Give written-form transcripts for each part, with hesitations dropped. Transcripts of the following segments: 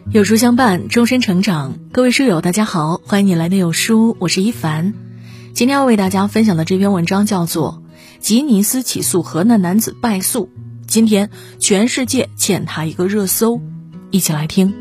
有书相伴，终身成长。各位书友大家好，欢迎你来的有书，我是一凡。今天要为大家分享的这篇文章叫做吉尼斯起诉河南男子败诉，今天全世界欠他一个热搜，一起来听。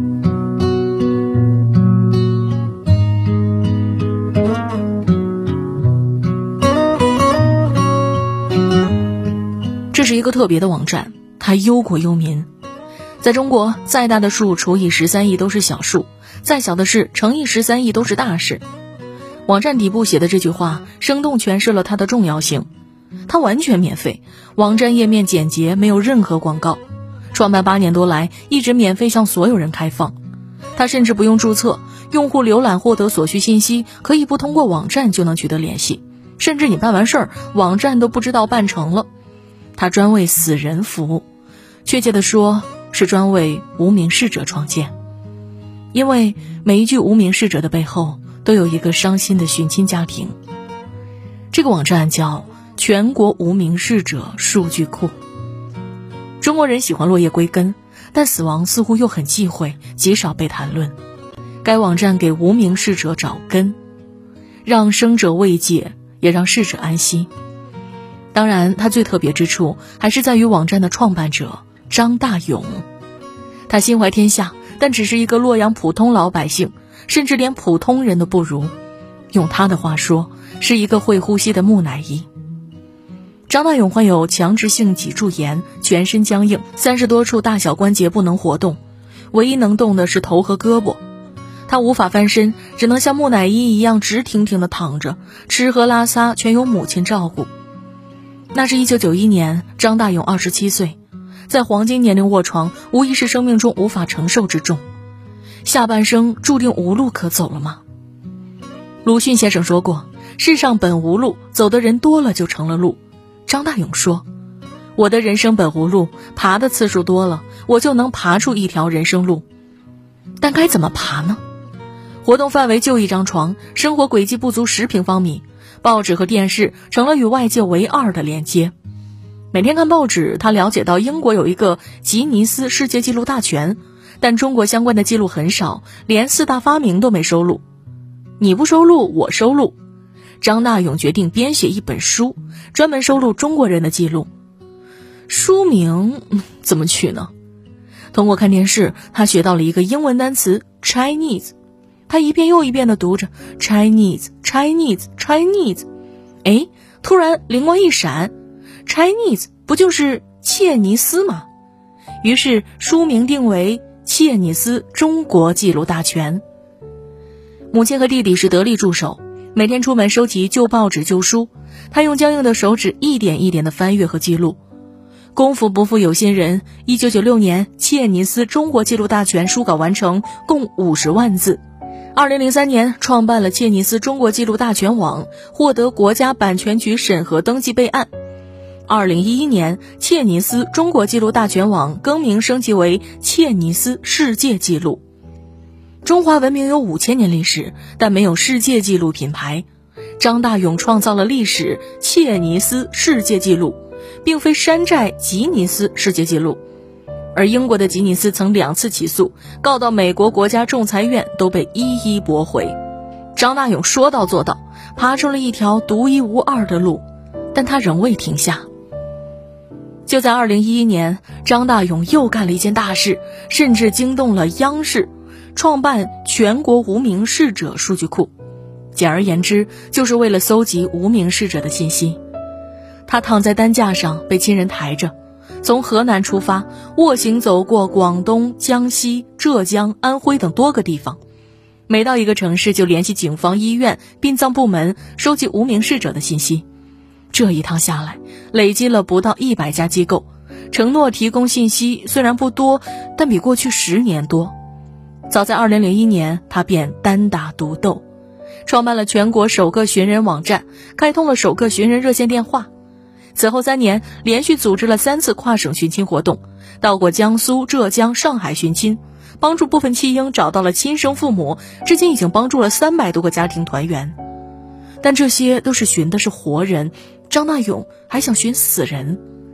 这是一个特别的网站，它忧国忧民。在中国，再大的数除以13亿都是小数，再小的事乘以13亿都是大事。网站底部写的这句话生动诠释了它的重要性。它完全免费，网站页面简洁，没有任何广告。创办8年多来，一直免费向所有人开放。它甚至不用注册，用户浏览获得所需信息，可以不通过网站就能取得联系，甚至你办完事儿，网站都不知道办成了。它专为死人服务，确切地说是专为无名逝者创建。因为每一具无名逝者的背后都有一个伤心的寻亲家庭。这个网站叫全国无名逝者数据库。中国人喜欢落叶归根，但死亡似乎又很忌讳，极少被谈论。该网站给无名逝者找根，让生者慰藉，也让逝者安息。当然，它最特别之处还是在于网站的创办者张大勇。他心怀天下，但只是一个洛阳普通老百姓，甚至连普通人都不如。用他的话说，是一个会呼吸的木乃伊。张大勇患有强直性脊柱炎，全身僵硬，30多处大小关节不能活动，唯一能动的是头和胳膊。他无法翻身，只能像木乃伊一样直挺挺地躺着，吃喝拉撒全由母亲照顾。那是1991年，张大勇27岁，在黄金年龄卧床，无疑是生命中无法承受之重。下半生注定无路可走了吗？鲁迅先生说过，世上本无路，走的人多了就成了路。张大勇说，我的人生本无路，爬的次数多了，我就能爬出一条人生路。但该怎么爬呢？活动范围就一张床，生活轨迹不足10平方米，报纸和电视成了与外界唯二的连接。每天看报纸，他了解到英国有一个吉尼斯世界纪录大全，但中国相关的记录很少，连4大发明都没收录。你不收录，我收录。张大勇决定编写一本书，专门收录中国人的记录。书名怎么取呢？通过看电视，他学到了一个英文单词 Chinese。他一遍又一遍地读着 Chinese Chinese Chinese， 突然灵光一闪， Chinese 不就是切尼斯吗？于是书名定为切尼斯中国纪录大全。母亲和弟弟是得力助手，每天出门收集旧报纸旧书，他用僵硬的手指一点一点地翻阅和记录。功夫不负有心人，1996年切尼斯中国纪录大全书稿完成，共50万字。2003年创办了切尼斯中国纪录大全网，获得国家版权局审核登记备案。2011年切尼斯中国纪录大全网更名升级为切尼斯世界纪录。中华文明有5000年历史，但没有世界纪录品牌。张大勇创造了历史切尼斯世界纪录，并非山寨吉尼斯世界纪录。而英国的吉尼斯曾2次起诉，告到美国国家仲裁院，都被一一驳回。张大勇说到做到，爬出了一条独一无二的路，但他仍未停下。就在2011年，张大勇又干了一件大事，甚至惊动了央视，创办全国无名逝者数据库。简而言之，就是为了搜集无名逝者的信息。他躺在担架上，被亲人抬着，从河南出发，卧行走过广东、江西、浙江、安徽等多个地方。每到一个城市就联系警方、医院、殡葬部门，收集无名逝者的信息。这一趟下来，累积了不到100家机构，承诺提供信息虽然不多，但比过去10年多。早在2001年，他便单打独斗，创办了全国首个寻人网站，开通了首个寻人热线电话。此后3年，连续组织了3次跨省寻亲活动，到过江苏、浙江、上海寻亲，帮助部分弃婴找到了亲生父母，至今已经帮助了300多个家庭团圆。但这些都是寻的是活人，张大勇还想寻死人。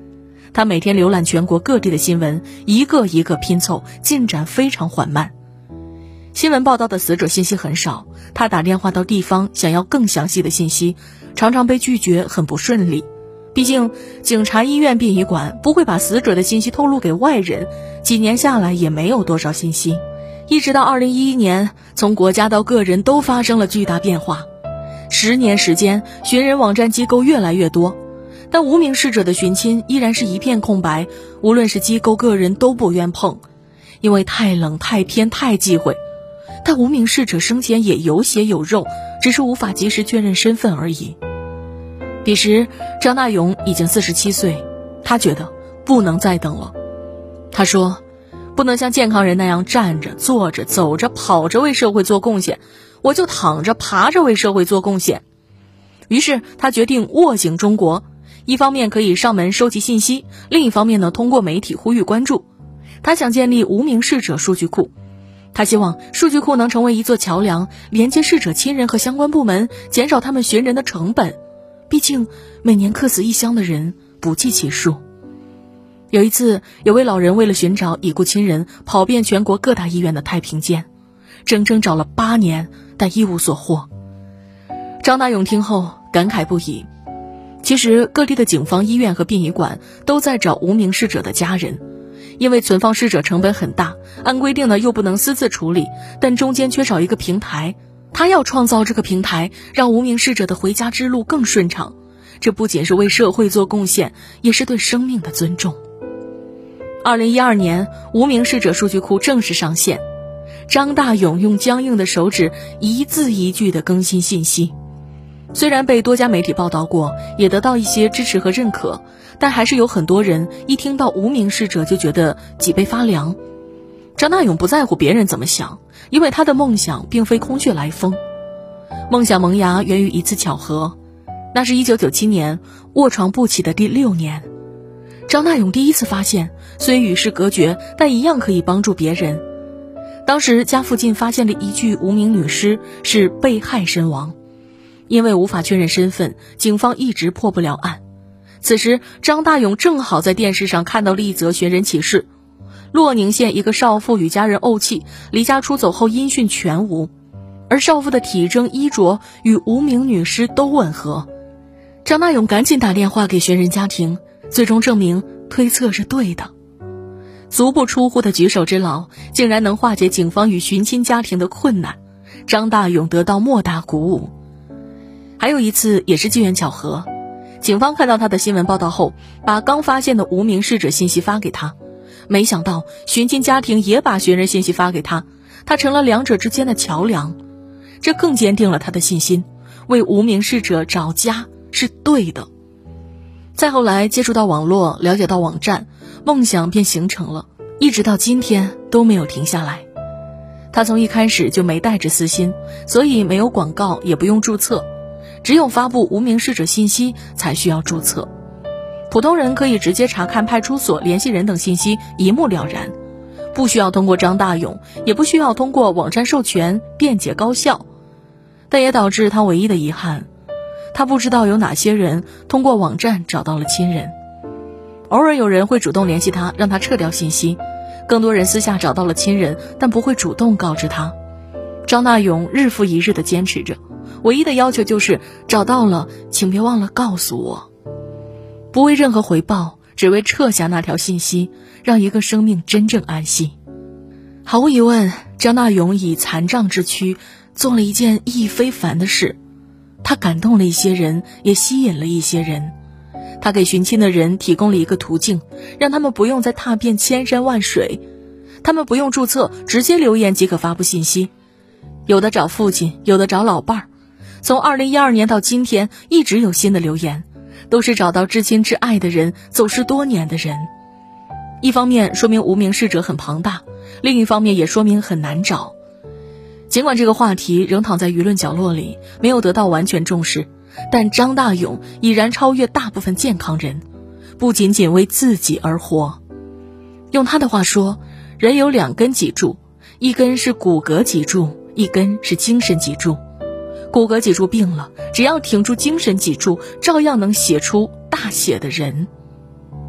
他每天浏览全国各地的新闻，一个一个拼凑，进展非常缓慢。新闻报道的死者信息很少，他打电话到地方想要更详细的信息，常常被拒绝，很不顺利。毕竟警察、医院、殡仪馆不会把死者的信息透露给外人，几年下来也没有多少信息。一直到2011年，从国家到个人都发生了巨大变化。10年时间，寻人网站机构越来越多，但无名逝者的寻亲依然是一片空白，无论是机构个人都不愿碰，因为太冷、太偏、太忌讳。但无名逝者生前也有血有肉，只是无法及时确认身份而已。彼时张大勇已经47岁，他觉得不能再等了。他说，不能像健康人那样站着、坐着、走着、跑着为社会做贡献，我就躺着、爬着为社会做贡献。于是他决定卧醒中国，一方面可以上门收集信息，另一方面呢，通过媒体呼吁关注。他想建立无名逝者数据库，他希望数据库能成为一座桥梁，连接逝者亲人和相关部门，减少他们寻人的成本。毕竟每年客死异乡的人不计其数。有一次，有位老人为了寻找已故亲人，跑遍全国各大医院的太平间，整整找了8年，但一无所获。张大勇听后感慨不已。其实各地的警方、医院和殡仪馆都在找无名逝者的家人，因为存放逝者成本很大，按规定呢又不能私自处理，但中间缺少一个平台。他要创造这个平台，让无名逝者的回家之路更顺畅。这不仅是为社会做贡献，也是对生命的尊重。2012年，无名逝者数据库正式上线。张大勇用僵硬的手指一字一句地更新信息。虽然被多家媒体报道过，也得到一些支持和认可，但还是有很多人一听到无名逝者就觉得脊背发凉。张大勇不在乎别人怎么想，因为他的梦想并非空穴来风。梦想萌芽源于一次巧合，那是1997年卧床不起的第6年。张大勇第一次发现，虽与世隔绝，但一样可以帮助别人。当时家附近发现了一具无名女尸，是被害身亡。因为无法确认身份，警方一直破不了案。此时张大勇正好在电视上看到了一则寻人启事，洛宁县一个少妇与家人怄气，离家出走后音讯全无，而少妇的体征、衣着与无名女尸都吻合。张大勇赶紧打电话给寻人家庭，最终证明推测是对的。足不出户的举手之劳，竟然能化解警方与寻亲家庭的困难，张大勇得到莫大鼓舞。还有一次也是机缘巧合，警方看到他的新闻报道后，把刚发现的无名逝者信息发给他，没想到寻亲家庭也把寻人信息发给他，他成了两者之间的桥梁。这更坚定了他的信心，为无名逝者找家是对的。再后来接触到网络，了解到网站，梦想便形成了，一直到今天都没有停下来。他从一开始就没带着私心，所以没有广告，也不用注册，只有发布无名逝者信息才需要注册。普通人可以直接查看派出所、联系人等信息，一目了然，不需要通过张大勇，也不需要通过网站授权，便捷高效。但也导致他唯一的遗憾，他不知道有哪些人通过网站找到了亲人。偶尔有人会主动联系他，让他撤掉信息，更多人私下找到了亲人，但不会主动告知他。张大勇日复一日地坚持着，唯一的要求就是找到了，请别忘了告诉我。不为任何回报，只为撤下那条信息，让一个生命真正安息。毫无疑问，张大勇以残障之躯做了一件意义非凡的事，他感动了一些人，也吸引了一些人。他给寻亲的人提供了一个途径，让他们不用再踏遍千山万水，他们不用注册，直接留言即可发布信息。有的找父亲，有的找老伴儿。从2012年到今天，一直有新的留言，都是找到至亲至爱的人，走失多年的人。一方面说明无名逝者很庞大，另一方面也说明很难找。尽管这个话题仍躺在舆论角落里，没有得到完全重视，但张大勇已然超越大部分健康人，不仅仅为自己而活。用他的话说，人有2根脊柱，一根是骨骼脊柱，一根是精神脊柱。骨骼脊柱病了，只要挺住精神脊柱，照样能写出大写的人。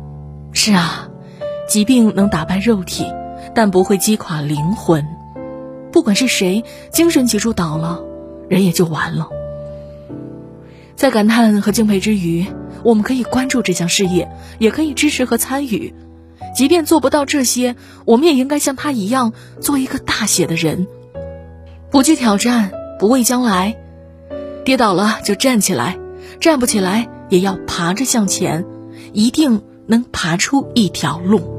是啊，疾病能打败肉体，但不会击垮灵魂。不管是谁，精神脊柱倒了，人也就完了。在感叹和敬佩之余，我们可以关注这项事业，也可以支持和参与。即便做不到这些，我们也应该像他一样，做一个大写的人，不惧挑战，不畏将来。跌倒了就站起来，站不起来也要爬着向前，一定能爬出一条路。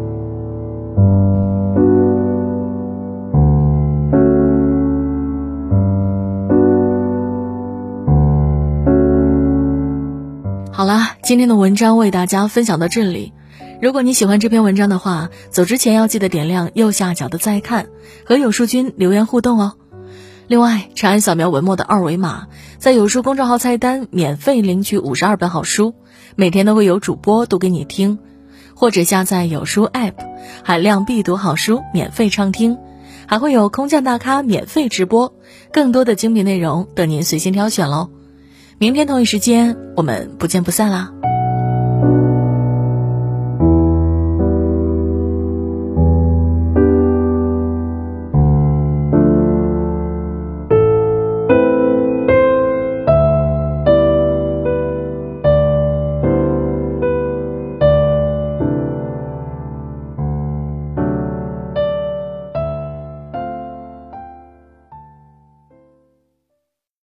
好啦，今天的文章为大家分享到这里。如果你喜欢这篇文章的话，走之前要记得点亮右下角的再看，和有书君留言互动哦。另外，长按扫描文末的二维码，在有书公众号菜单免费领取52本好书，每天都会有主播读给你听，或者下载有书 App， 海量必读好书免费畅听，还会有空降大咖免费直播，更多的精品内容等您随心挑选咯。明天同一时间，我们不见不散啦。